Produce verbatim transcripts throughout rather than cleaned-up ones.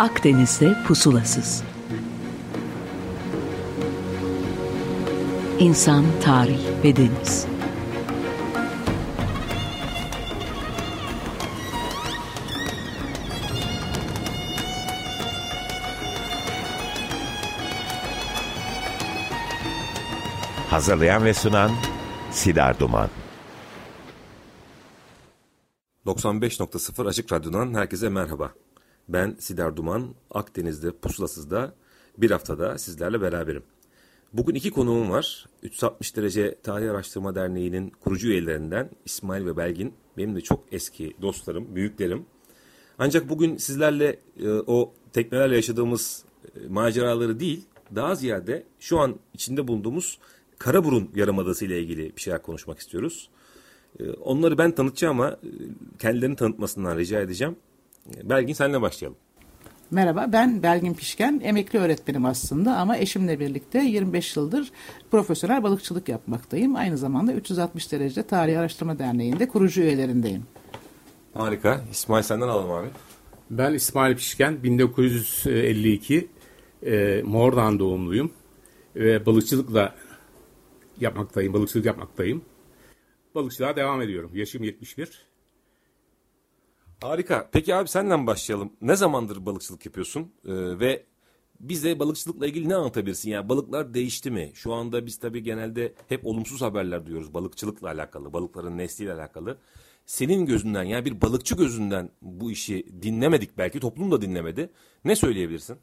Akdeniz'de pusulasız. İnsan, tarih ve deniz. Hazırlayan ve sunan Sidar Duman. doksan beş nokta sıfır Açık Radyo'dan herkese merhaba. Ben Sidar Duman, Akdeniz'de Pusulasız'da bir haftada sizlerle beraberim. Bugün iki konuğum var. üç yüz altmış derece Tarih Araştırma Derneği'nin kurucu üyelerinden İsmail ve Belgin. Benim de çok eski dostlarım, büyüklerim. Ancak bugün sizlerle e, o teknelerle yaşadığımız e, maceraları değil, daha ziyade şu an içinde bulunduğumuz Karaburun Yarımadası ile ilgili bir şeyler konuşmak istiyoruz. Onları ben tanıtacağım ama kendilerini tanıtmasından rica edeceğim. Belgin, senle başlayalım. Merhaba, ben Belgin Pişken, emekli öğretmenim aslında ama eşimle birlikte yirmi beş yıldır profesyonel balıkçılık yapmaktayım. Aynı zamanda üç yüz altmış derece Tarih Araştırma Derneği'nde kurucu üyelerindeyim. Harika. İsmail, senden alalım abi. Ben İsmail Pişken, bin dokuz yüz elli iki e, Mordan doğumluyum ve balıkçılıkla yapmaktayım, balıkçılık yapmaktayım. Balıkçılığa devam ediyorum. Yaşım yetmiş bir. Harika. Peki abi, senden başlayalım. Ne zamandır balıkçılık yapıyorsun? Ee, ve bize balıkçılıkla ilgili ne anlatabilirsin? Yani balıklar değişti mi? Şu anda biz tabii genelde hep olumsuz haberler duyuyoruz balıkçılıkla alakalı, balıkların nesliyle alakalı. Senin gözünden, yani bir balıkçı gözünden bu işi dinlemedik belki, toplum da dinlemedi. Ne söyleyebilirsin?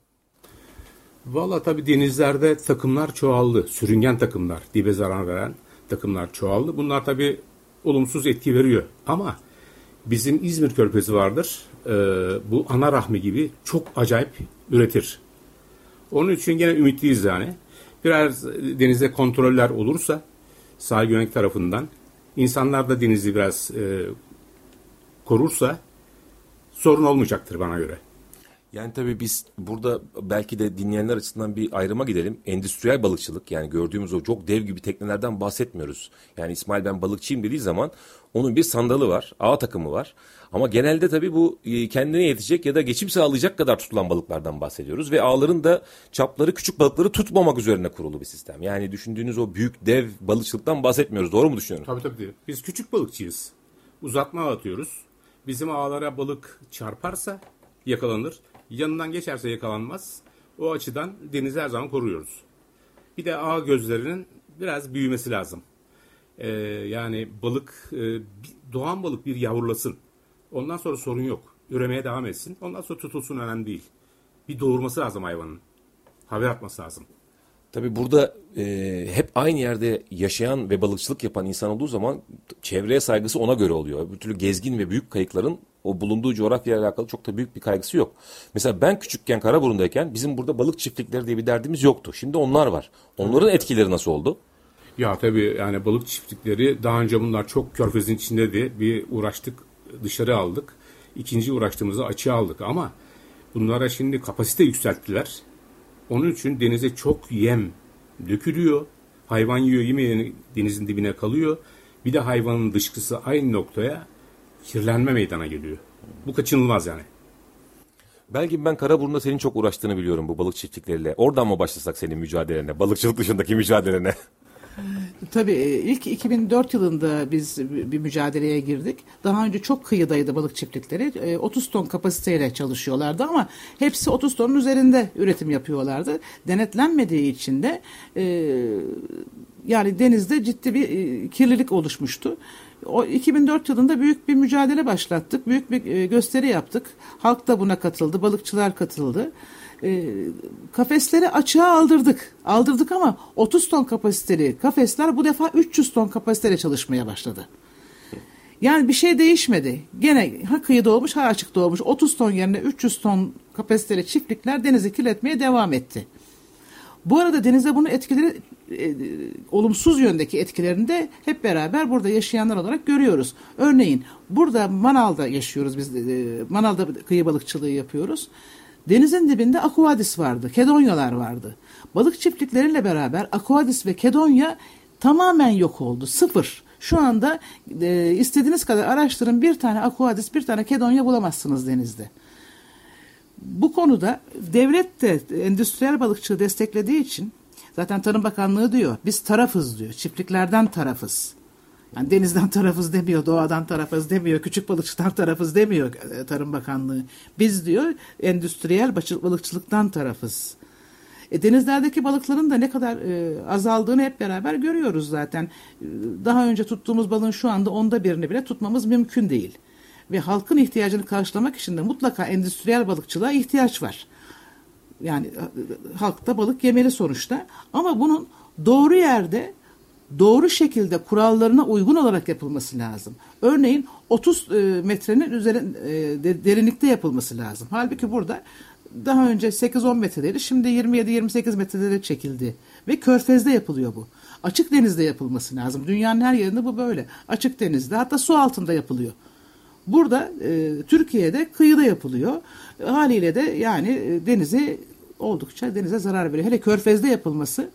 Valla tabii denizlerde takımlar çoğaldı. Sürüngen takımlar, dibe zarar veren takımlar çoğaldı. Bunlar tabii olumsuz etki veriyor. Ama bizim İzmir Körfezi vardır. Ee, bu ana rahmi gibi çok acayip üretir. Onun için gene ümitliyiz yani. Biraz denizde kontroller olursa sahil yönelik tarafından, insanlar da denizi biraz e, korursa sorun olmayacaktır bana göre. Yani tabii biz burada belki de dinleyenler açısından bir ayrıma gidelim. Endüstriyel balıkçılık, yani gördüğümüz o çok dev gibi teknelerden bahsetmiyoruz. Yani İsmail ben balıkçıyım dediği zaman onun bir sandalı var, ağ takımı var. Ama genelde tabii bu kendine yetecek ya da geçim sağlayacak kadar tutulan balıklardan bahsediyoruz. Ve ağların da çapları küçük balıkları tutmamak üzerine kurulu bir sistem. Yani düşündüğünüz o büyük dev balıkçılıktan bahsetmiyoruz. Doğru mu düşünüyorum? Tabii tabii. Biz küçük balıkçıyız. Uzatma atıyoruz. Bizim ağlara balık çarparsa yakalanır. Yanından geçerse yakalanmaz. O açıdan denizi her zaman koruyoruz. Bir de ağ gözlerinin biraz büyümesi lazım. Ee, yani balık, e, doğan balık bir yavrulasın. Ondan sonra sorun yok. Üremeye devam etsin. Ondan sonra tutulsun, önemli değil. Bir doğurması lazım hayvanın. Haber atması lazım. Tabii burada e, hep aynı yerde yaşayan ve balıkçılık yapan insan olduğu zaman çevreye saygısı ona göre oluyor. Bir türlü gezgin ve büyük kayıkların o bulunduğu coğrafyayla alakalı çok da büyük bir kaygısı yok. Mesela ben küçükken Karaburun'dayken bizim burada balık çiftlikleri diye bir derdimiz yoktu. Şimdi onlar var. Onların etkileri nasıl oldu? Ya tabii yani balık çiftlikleri daha önce bunlar çok körfezin içindeydi. Bir uğraştık, dışarı aldık. İkinci uğraştığımızda açığa aldık ama bunlara şimdi kapasite yükselttiler. Onun için denize çok yem dökülüyor. Hayvan yiyor, yemeğini denizin dibine kalıyor. Bir de hayvanın dışkısı aynı noktaya kirlenme meydana geliyor. Bu kaçınılmaz yani. Belki ben Karaburun'da senin çok uğraştığını biliyorum bu balık çiftlikleriyle. Oradan mı başlasak senin mücadelene, balıkçılık dışındaki mücadelene? Tabii ilk iki bin dört yılında biz bir mücadeleye girdik. Daha önce çok kıyıdaydı balık çiftlikleri. otuz ton kapasiteyle çalışıyorlardı ama hepsi otuz tonun üzerinde üretim yapıyorlardı. Denetlenmediği için de e, yani denizde ciddi bir e, kirlilik oluşmuştu. O iki bin dört yılında büyük bir mücadele başlattık. Büyük bir e, gösteri yaptık. Halk da buna katıldı. Balıkçılar katıldı. E, kafesleri açığa aldırdık. Aldırdık ama otuz ton kapasiteli kafesler bu defa üç yüz ton kapasiteyle çalışmaya başladı. Yani bir şey değişmedi. Gene ha kıyıda olmuş ha açıkta olmuş. otuz ton yerine üç yüz ton kapasiteli çiftlikler denizi kirletmeye devam etti. Bu arada denize bunun etkileri, e, olumsuz yöndeki etkilerini de hep beraber burada yaşayanlar olarak görüyoruz. Örneğin burada Manav'da yaşıyoruz biz. E, Manav'da kıyı balıkçılığı yapıyoruz. Denizin dibinde aquadis vardı, kedonyalar vardı. Balık çiftlikleriyle beraber aquadis ve kedonya tamamen yok oldu, sıfır. Şu anda e, istediğiniz kadar araştırın, bir tane aquadis, bir tane kedonya bulamazsınız denizde. Bu konuda devlet de endüstriyel balıkçılığı desteklediği için zaten Tarım Bakanlığı diyor biz tarafız diyor. Çiftliklerden tarafız. Yani denizden tarafız demiyor, doğadan tarafız demiyor, küçük balıkçıdan tarafız demiyor Tarım Bakanlığı. Biz diyor endüstriyel balıkçılıktan tarafız. E, denizlerdeki balıkların da ne kadar e, azaldığını hep beraber görüyoruz zaten. E, daha önce tuttuğumuz balığın şu anda onda birini bile tutmamız mümkün değil. Ve halkın ihtiyacını karşılamak için de mutlaka endüstriyel balıkçılığa ihtiyaç var. Yani e, halk da balık yemeli sonuçta. Ama bunun doğru yerde, doğru şekilde kurallarına uygun olarak yapılması lazım. Örneğin otuz e, metrenin üzerinde e, de, derinlikte yapılması lazım. Halbuki burada daha önce sekiz on metredeydi. Şimdi yirmi yedi yirmi sekiz metrede çekildi. Ve Körfez'de yapılıyor bu. Açık denizde yapılması lazım. Dünyanın her yerinde bu böyle. Açık denizde, hatta su altında yapılıyor. Burada e, Türkiye'de kıyıda yapılıyor. E, haliyle de yani e, denize oldukça denize zarar veriyor. Hele Körfez'de yapılması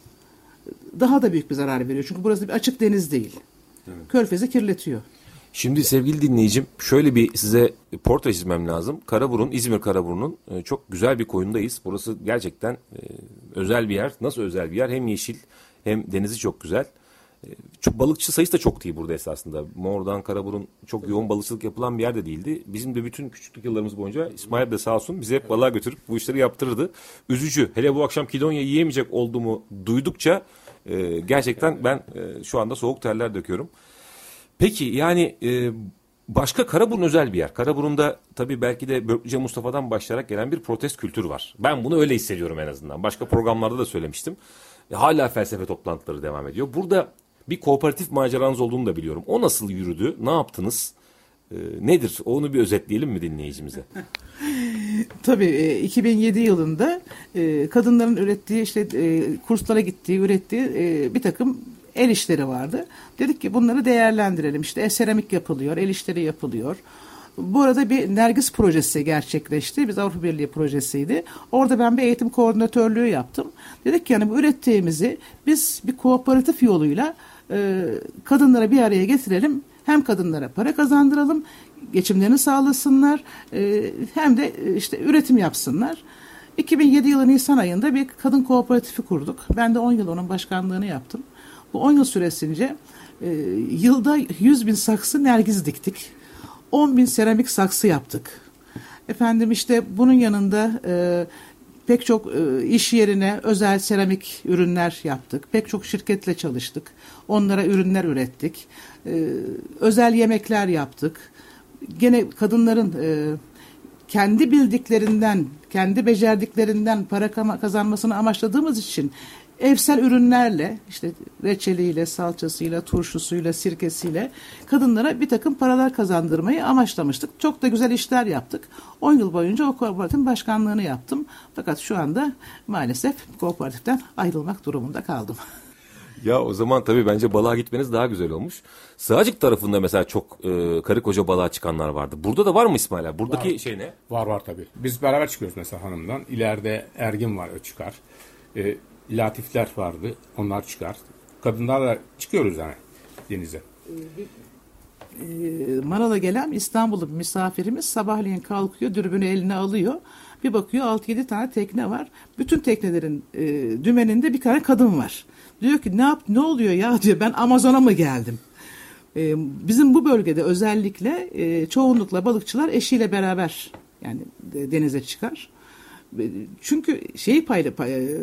daha da büyük bir zarar veriyor. Çünkü burası bir açık deniz değil. Evet. Körfez'i kirletiyor. Şimdi sevgili dinleyicim şöyle bir size portre çizmem lazım. Karaburun, İzmir Karaburun'un çok güzel bir koyundayız. Burası gerçekten özel bir yer. Nasıl özel bir yer? Hem yeşil hem denizi çok güzel. Çok, balıkçı sayısı da çok değil burada esasında. Mordan, Karaburun çok yoğun balıkçılık yapılan bir yer de değildi. Bizim de bütün küçüklük yıllarımız boyunca İsmail de sağ olsun bizi hep balığa götürüp bu işleri yaptırırdı. Üzücü. Hele bu akşam kilonya yiyemeyecek olduğumu duydukça e, gerçekten ben e, şu anda soğuk terler döküyorum. Peki yani e, başka Karaburun özel bir yer. Karaburun'da tabii belki de Börklüce Mustafa'dan başlayarak gelen bir protest kültürü var. Ben bunu öyle hissediyorum en azından. Başka programlarda da söylemiştim. E, hala felsefe toplantıları devam ediyor. Burada bir kooperatif maceranız olduğunu da biliyorum. O nasıl yürüdü? Ne yaptınız? E, nedir? Onu bir özetleyelim mi dinleyicimize? Tabii iki bin yedi yılında e, kadınların ürettiği işte e, kurslara gittiği, ürettiği e, bir takım el işleri vardı. Dedik ki bunları değerlendirelim. İşte seramik yapılıyor, el işleri yapılıyor. Bu arada bir Nergis projesi gerçekleşti. Biz Avrupa Birliği projesiydi. Orada ben bir eğitim koordinatörlüğü yaptım. Dedik ki yani bu ürettiğimizi biz bir kooperatif yoluyla e, kadınlara bir araya getirelim. Hem kadınlara para kazandıralım, geçimlerini sağlasınlar, e, hem de işte üretim yapsınlar. iki bin yedi yılı Nisan ayında bir kadın kooperatifi kurduk. Ben de on yıl onun başkanlığını yaptım. Bu on yıl süresince e, yılda yüz bin saksı nergiz diktik. on bin seramik saksı yaptık. Efendim işte bunun yanında e, pek çok e, iş yerine özel seramik ürünler yaptık. Pek çok şirketle çalıştık. Onlara ürünler ürettik. E, özel yemekler yaptık. Gene kadınların e, kendi bildiklerinden, kendi becerdiklerinden para kazanmasını amaçladığımız için evsel ürünlerle, işte reçeliyle, salçasıyla, turşusuyla, sirkesiyle kadınlara bir takım paralar kazandırmayı amaçlamıştık. Çok da güzel işler yaptık. on yıl boyunca o kooperatifin başkanlığını yaptım. Fakat şu anda maalesef kooperatiften ayrılmak durumunda kaldım. Ya o zaman tabii bence balığa gitmeniz daha güzel olmuş. Sığacık tarafında mesela çok e, karı koca balığa çıkanlar vardı. Burada da var mı İsmail abi? Buradaki var. şey ne? Var var tabii. Biz beraber çıkıyoruz mesela hanımdan. İleride Ergin var, o çıkar. E, Latifler vardı, onlar çıkar. Kadınlarla çıkıyoruz yani denize. E, Manav'a gelen İstanbul'lu bir misafirimiz sabahleyin kalkıyor, dürbünü eline alıyor. Bir bakıyor altı yedi tane tekne var. Bütün teknelerin e, dümeninde bir tane kadın var. Diyor ki ne yap, ne oluyor ya diyor, ben Amazon'a mı geldim? E, bizim bu bölgede özellikle e, çoğunlukla balıkçılar eşiyle beraber yani de, denize çıkar. E, çünkü şeyi payla pay, e,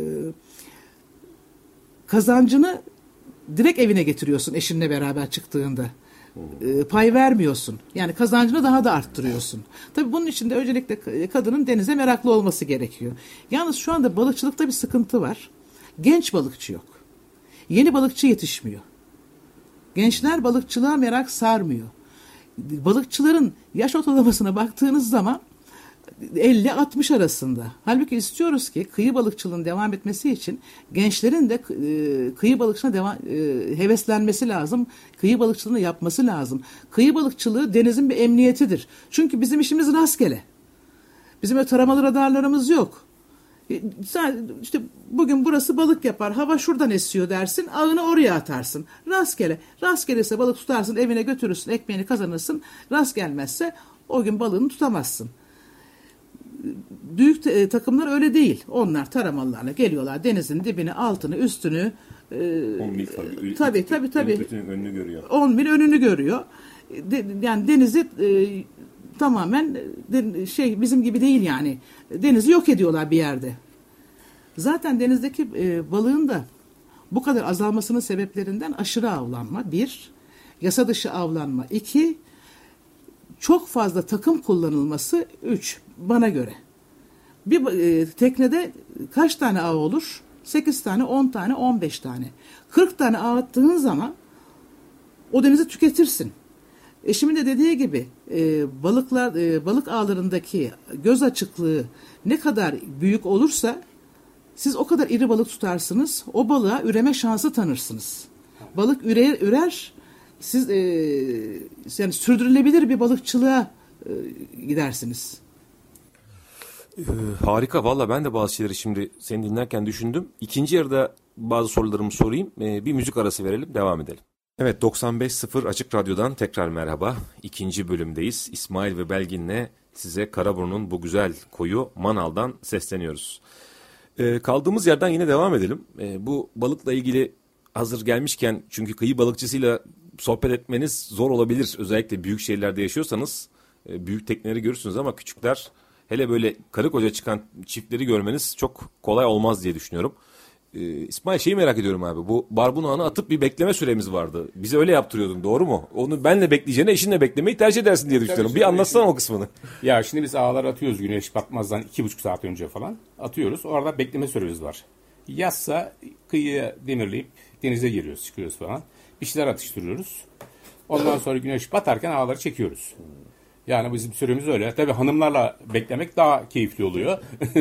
kazancını direkt evine getiriyorsun eşinle beraber çıktığında. E, pay vermiyorsun. Yani kazancını daha da arttırıyorsun. Tabii bunun için de öncelikle kadının denize meraklı olması gerekiyor. Yalnız şu anda balıkçılıkta bir sıkıntı var. Genç balıkçı yok. Yeni balıkçı yetişmiyor. Gençler balıkçılığa merak sarmıyor. Balıkçıların yaş ortalamasına baktığınız zaman elli altmış arasında. Halbuki istiyoruz ki kıyı balıkçılığının devam etmesi için gençlerin de e, kıyı balıkçılığına devam, e, heveslenmesi lazım. Kıyı balıkçılığını yapması lazım. Kıyı balıkçılığı denizin bir emniyetidir. Çünkü bizim işimiz rastgele. Bizim öyle taramalı radarlarımız yok. E, sen işte bugün burası balık yapar, hava şuradan esiyor dersin, ağını oraya atarsın. Rastgele. Rastgelese balık tutarsın, evine götürürsün, ekmeğini kazanırsın. Rast gelmezse o gün balığını tutamazsın. büyük e, takımlar öyle değil. Onlar taramalarla geliyorlar. Denizin dibini, altını, üstünü. on mil tabii. Tabii tabii tabii. Bütün önünü görüyor. on mil önünü görüyor. De, yani denizi e, tamamen de, şey bizim gibi değil yani. Denizi yok ediyorlar bir yerde. Zaten denizdeki e, balığın da bu kadar azalmasının sebeplerinden aşırı avlanma bir, yasa dışı avlanma iki, çok fazla takım kullanılması üç bana göre. Bir e, teknede kaç tane av olur? sekiz tane, on tane, on beş tane. kırk tane ağ attığın zaman o denizi tüketirsin. Eşimin de dediği gibi e, balıklar e, balık ağlarındaki göz açıklığı ne kadar büyük olursa siz o kadar iri balık tutarsınız. O balığa üreme şansı tanırsınız. Balık ürer, ürer siz e, yani sürdürülebilir bir balıkçılığa e, gidersiniz. Ee, harika. Valla ben de bazı şeyleri şimdi seni dinlerken düşündüm. İkinci yarıda bazı sorularımı sorayım. Ee, bir müzik arası verelim. Devam edelim. Evet, doksan beş nokta sıfır Açık Radyo'dan tekrar merhaba. İkinci bölümdeyiz. İsmail ve Belgin'le size Karaburun'un bu güzel koyu Manav'dan sesleniyoruz. Ee, kaldığımız yerden yine devam edelim. Ee, bu balıkla ilgili hazır gelmişken, çünkü kıyı balıkçısıyla sohbet etmeniz zor olabilir. Özellikle büyük şehirlerde yaşıyorsanız e, büyük tekneleri görürsünüz ama küçükler, hele böyle karı koca çıkan çiftleri görmeniz çok kolay olmaz diye düşünüyorum. Ee, İsmail, şeyi merak ediyorum abi. Bu barbun ağını atıp bir bekleme süremiz vardı. Bize öyle yaptırıyordun, doğru mu? Onu benle bekleyeceğine eşinle beklemeyi tercih edersin diye düşünüyorum. Bir anlatsana o kısmını. Ya şimdi biz ağlar atıyoruz güneş batmazdan iki buçuk saat önce falan. Atıyoruz. Orada bekleme süremiz var. Yazsa kıyıya demirleyip denize giriyoruz, çıkıyoruz falan. Bir şeyler atıştırıyoruz. Ondan sonra güneş batarken ağları çekiyoruz. Yani bizim süremiz öyle. Tabii hanımlarla beklemek daha keyifli oluyor.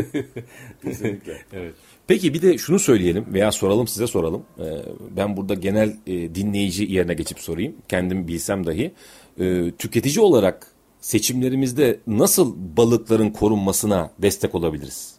Kesinlikle. Evet. Peki bir de şunu söyleyelim veya soralım, size soralım. Ee, ben burada genel e, dinleyici yerine geçip sorayım. Kendim bilsem dahi. Ee, tüketici olarak seçimlerimizde nasıl balıkların korunmasına destek olabiliriz?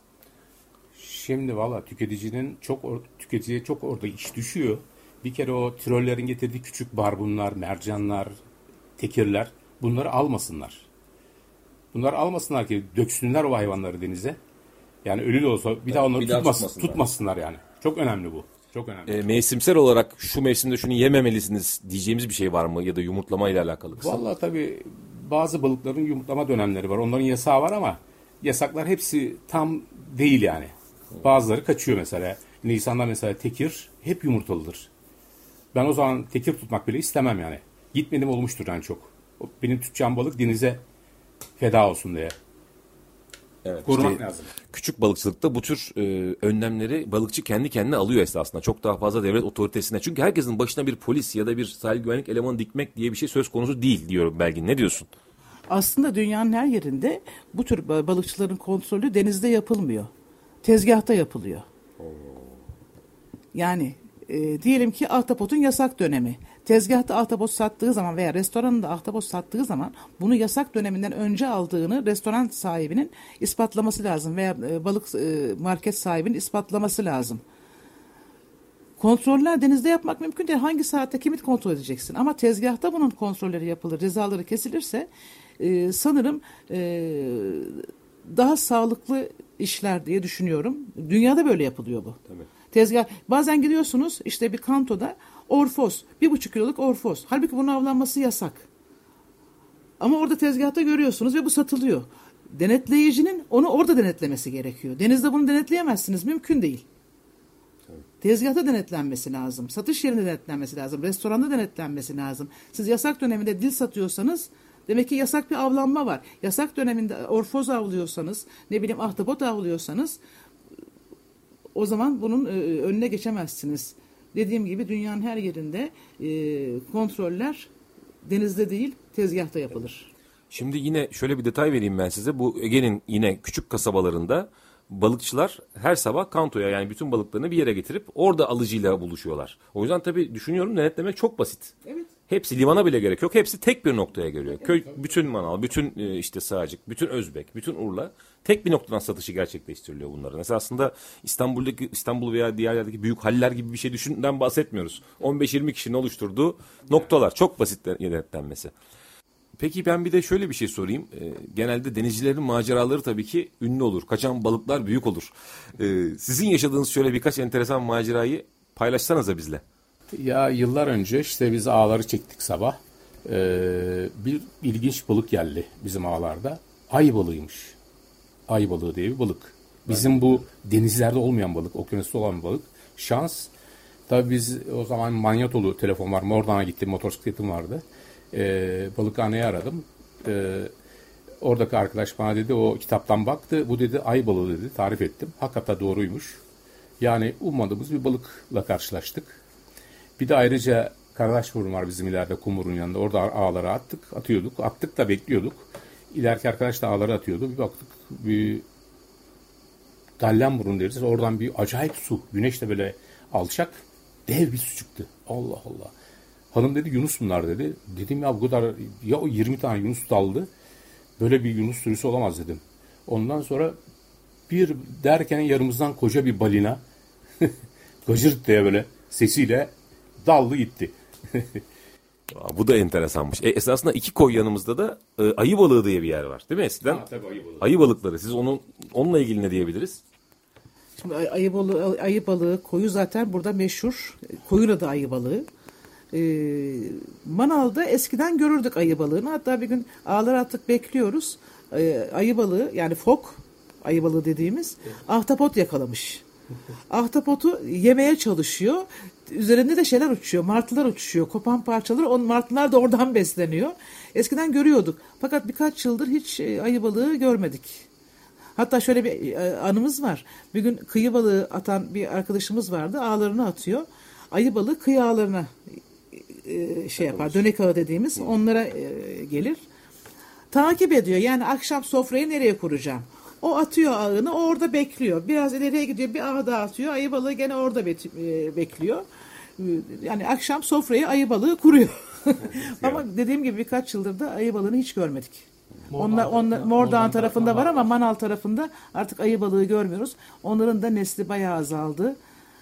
Şimdi valla tüketicinin çok or- tüketiciye çok orada iş düşüyor. Bir kere o trollerin getirdiği küçük barbunlar, mercanlar, tekirler, bunları almasınlar. Bunları almasınlar ki döksünler o hayvanları denize. Yani ölü de olsa bir daha onları bir daha tutmaz, tutmasınlar. tutmasınlar yani. Çok önemli bu. Çok önemli. E, mevsimsel olarak şu mevsimde şunu yememelisiniz diyeceğimiz bir şey var mı? Ya da yumurtlama ile alakalı kısım. Valla tabii bazı balıkların yumurtlama dönemleri var. Onların yasağı var ama yasaklar hepsi tam değil yani. Bazıları kaçıyor mesela. Nisan'da mesela tekir hep yumurtalıdır. Ben o zaman tekir tutmak bile istemem yani. Gitmedim olmuştur yani çok. Benim tutacağım balık denize feda olsun diye. Evet, Korumak işte lazım. küçük balıkçılıkta bu tür e, önlemleri balıkçı kendi kendine alıyor esasında. Çok daha fazla devlet otoritesine. Çünkü herkesin başına bir polis ya da bir sahil güvenlik elemanı dikmek diye bir şey söz konusu değil diyorum Belgin. Ne diyorsun? Aslında dünyanın her yerinde bu tür balıkçıların kontrolü denizde yapılmıyor. Tezgahta yapılıyor. Yani e, diyelim ki ahtapotun yasak dönemi. Tezgahta ahtapot sattığı zaman veya restoranında ahtapot sattığı zaman bunu yasak döneminden önce aldığını restoran sahibinin ispatlaması lazım veya e, balık e, market sahibinin ispatlaması lazım. Kontroller denizde yapmak mümkün değil. Hangi saatte kimi kontrol edeceksin? Ama tezgahta bunun kontrolleri yapılır, cezaları kesilirse e, sanırım e, daha sağlıklı işler diye düşünüyorum. Dünyada böyle yapılıyor bu. Tabii. Tezgah. Bazen gidiyorsunuz işte bir kantoda orfoz, bir buçuk kiloluk orfoz. Halbuki bunun avlanması yasak. Ama orada tezgahta görüyorsunuz ve bu satılıyor. Denetleyicinin onu orada denetlemesi gerekiyor. Denizde bunu denetleyemezsiniz. Mümkün değil. Tezgahta denetlenmesi lazım. Satış yerinde denetlenmesi lazım. Restoranda denetlenmesi lazım. Siz yasak döneminde dil satıyorsanız demek ki yasak bir avlanma var. Yasak döneminde orfoz avlıyorsanız, ne bileyim ahtapot avlıyorsanız o zaman bunun önüne geçemezsiniz. Dediğim gibi dünyanın her yerinde kontroller denizde değil tezgahta yapılır. Şimdi yine şöyle bir detay vereyim ben size. Bu Ege'nin yine küçük kasabalarında balıkçılar her sabah kantoya, yani bütün balıklarını bir yere getirip orada alıcıyla buluşuyorlar. O yüzden tabii düşünüyorum, denetlemek çok basit. Evet. Hepsi limana bile gerek yok. Hepsi tek bir noktaya geliyor. Köy, bütün Manav, bütün işte Sığacık, bütün Özbek, bütün Urla tek bir noktadan satışı gerçekleştiriliyor bunların. Mesela aslında İstanbul'daki İstanbul veya diğer yerdeki büyük haller gibi bir şey düşünden bahsetmiyoruz. on beş yirmi kişinin oluşturduğu noktalar. Çok basit denetlenmesi. Peki ben bir de şöyle bir şey sorayım. Ee, genelde denizcilerin maceraları tabii ki ünlü olur. Kaçan balıklar büyük olur. Ee, sizin yaşadığınız şöyle birkaç enteresan macerayı paylaşsanıza bizle. Ya yıllar önce işte biz ağları çektik sabah. Ee, bir ilginç balık geldi bizim ağlarda. Ay balığıymış. Ay balığı diye bir balık. Bizim bu denizlerde olmayan balık, okyanusta olan bir balık. Şans. Tabii biz o zaman manyetolu telefon var. Oradan gittim, motosikletim vardı. Ee, balıkhaneyi aradım. Ee, oradaki arkadaş bana dedi, o kitaptan baktı. Bu dedi ay balığı dedi, tarif ettim. Hakikaten doğruymuş. Yani ummadığımız bir balıkla karşılaştık. Bir de ayrıca Karadaşburun var bizim ileride, Kumur'un yanında. Orada ağları attık, atıyorduk. Attık da bekliyorduk. İleriki arkadaş da ağları atıyordu. Bir baktık bir Dalyanburun deriz. Oradan bir acayip su. Güneş de böyle alçak. Dev bir su çıktı. Allah Allah. Hanım dedi Yunus bunlar dedi. Dedim ya bu kadar, ya o yirmi tane Yunus daldı. Böyle bir Yunus sürüsü olamaz dedim. Ondan sonra bir derken yanımızdan koca bir balina gıcırt diye böyle sesiyle daldı gitti. Aa, bu da enteresanmış. E, esasında iki koy yanımızda da e, ayı balığı diye bir yer var değil mi eskiden? Ha, tabii ayı balığı. Ayı balıkları. Siz onun onunla ilgili ne diyebiliriz? Şimdi ay- ayı balığı, ayı balığı, koyu zaten burada meşhur. Koyun adı ayı balığı. Ee, Manav'da eskiden görürdük ayı balığını. Hatta bir gün ağlara attık, bekliyoruz. Ee, ayı balığı, yani fok ayı balığı dediğimiz ahtapot yakalamış. Ahtapotu yemeye çalışıyor. Üzerinde de şeyler uçuyor. Martılar uçuşuyor. Kopan parçaları. O martılar da oradan besleniyor. Eskiden görüyorduk. Fakat birkaç yıldır hiç e, ayı balığı görmedik. Hatta şöyle bir e, anımız var. Bir gün kıyı balığı atan bir arkadaşımız vardı. Ağlarını atıyor. Ayı balığı kıyı ağlarına e, şey yapar. Dönek ağı dediğimiz onlara e, gelir. Takip ediyor. Yani akşam sofrayı nereye kuracağım? O atıyor ağını, o orada bekliyor. Biraz ileriye gidiyor, bir ağı daha atıyor. Ayı balığı gene orada be- bekliyor. Yani akşam sofrayı ayı balığı kuruyor. Ama dediğim gibi birkaç yıldır da ayı balığını hiç görmedik. Onlar, onlar Mordağ tarafında var ama Manal tarafında artık ayı balığı görmüyoruz. Onların da nesli bayağı azaldı.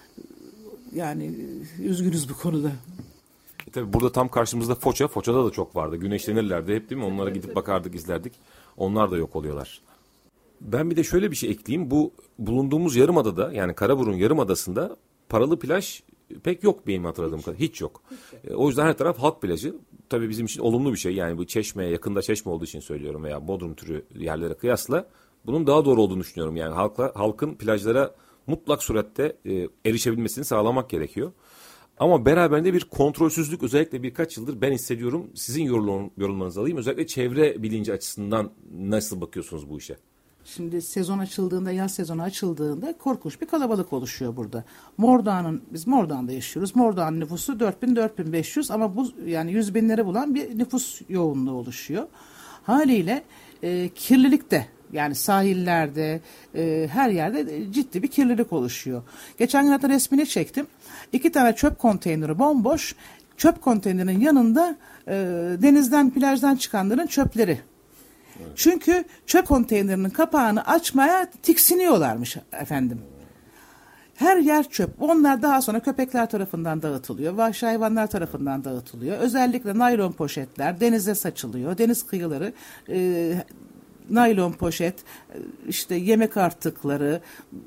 Yani üzgünüz bu konuda. E, tabii burada tam karşımızda Foça. Foça'da da çok vardı. Güneşlenirlerdi hep değil mi? Onlara gidip bakardık, izlerdik. Onlar da yok oluyorlar. Ben bir de şöyle bir şey ekleyeyim. Bu bulunduğumuz yarımadada, yani Karaburun Yarımadası'nda paralı plaj pek yok benim hatırladığım kadar. Hiç yok. E, o yüzden her taraf halk plajı. Tabii bizim için olumlu bir şey. Yani bu Çeşme'ye, yakında Çeşme olduğu için söylüyorum veya Bodrum türü yerlere kıyasla bunun daha doğru olduğunu düşünüyorum. Yani halkla, halkın plajlara mutlak surette e, erişebilmesini sağlamak gerekiyor. Ama beraberinde bir kontrolsüzlük özellikle birkaç yıldır ben hissediyorum. Sizin yorum, yorumlarınızı alayım. Özellikle çevre bilinci açısından nasıl bakıyorsunuz bu işe? Şimdi sezon açıldığında, yaz sezonu açıldığında korkunç bir kalabalık oluşuyor burada. Mordağ'ın, biz Mordağ'da yaşıyoruz. Mordağ'ın nüfusu dört bin dört bin beş yüz ama bu yani yüz binleri bulan bir nüfus yoğunluğu oluşuyor. Haliyle e, kirlilik de, yani sahillerde, e, her yerde ciddi bir kirlilik oluşuyor. Geçen gün hatta resmini çektim. İki tane çöp konteyneri bomboş. Çöp konteynerinin yanında e, denizden, plajdan çıkanların çöpleri. Çünkü çöp konteynerinin kapağını açmaya tiksiniyorlarmış efendim. Her yer çöp. Onlar daha sonra köpekler tarafından dağıtılıyor. Vahşi hayvanlar tarafından dağıtılıyor. Özellikle naylon poşetler denize saçılıyor. Deniz kıyıları e, naylon poşet, işte yemek artıkları,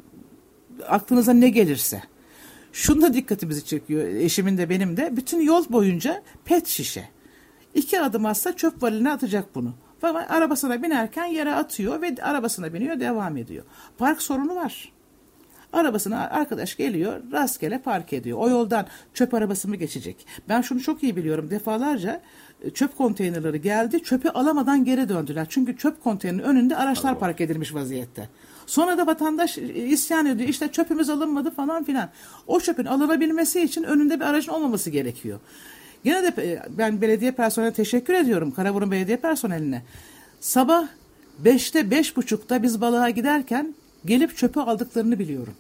aklınıza ne gelirse. Şunda dikkatimizi çekiyor, eşimin de benim de. Bütün yol boyunca pet şişe. İki adım atsa çöp valiline atacak bunu. Fakat arabasına binerken yere atıyor ve arabasına biniyor, devam ediyor. Park sorunu var. Arabasına arkadaş geliyor, rastgele park ediyor. O yoldan çöp arabası mı geçecek? Ben şunu çok iyi biliyorum. Defalarca çöp konteynerleri geldi, çöpü alamadan geri döndüler. Çünkü çöp konteynerinin önünde araçlar park edilmiş vaziyette. Sonra da vatandaş isyan ediyor. İşte çöpümüz alınmadı falan filan. O çöpün alınabilmesi için önünde bir aracın olmaması gerekiyor. Gene de ben belediye personeline teşekkür ediyorum. Karaburun belediye personeline. Sabah beşte beş buçukta biz balığa giderken gelip çöpü aldıklarını biliyorum.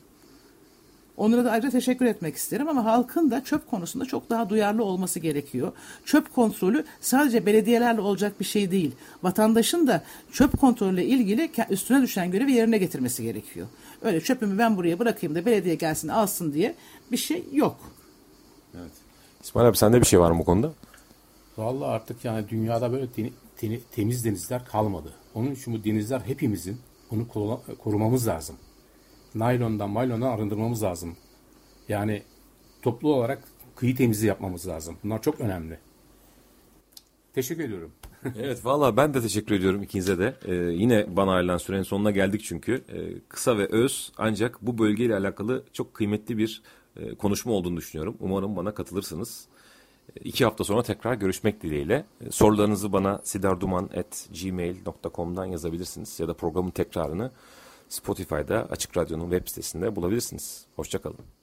Onlara da ayrıca teşekkür etmek isterim ama halkın da çöp konusunda çok daha duyarlı olması gerekiyor. Çöp kontrolü sadece belediyelerle olacak bir şey değil. Vatandaşın da çöp kontrolüyle ilgili üstüne düşen görevi yerine getirmesi gerekiyor. Öyle çöpümü ben buraya bırakayım da belediye gelsin alsın diye bir şey yok. Evet. İsmail abi sende bir şey var mı bu konuda? Vallahi artık yani dünyada böyle te- temiz denizler kalmadı. Onun için bu denizler hepimizin, bunu kola- korumamız lazım. Naylondan, maylondan arındırmamız lazım. Yani toplu olarak kıyı temizliği yapmamız lazım. Bunlar çok önemli. Teşekkür ediyorum. Evet, valla ben de teşekkür ediyorum ikinize de. Ee, yine bana ayrılan sürenin sonuna geldik çünkü. Ee, kısa ve öz, ancak bu bölgeyle alakalı çok kıymetli bir e, konuşma olduğunu düşünüyorum. Umarım bana katılırsınız. E, iki hafta sonra tekrar görüşmek dileğiyle. E, sorularınızı bana sidarduman at gmail nokta com'dan yazabilirsiniz. Ya da programın tekrarını Spotify'da Açık Radyo'nun web sitesinde bulabilirsiniz. Hoşça kalın.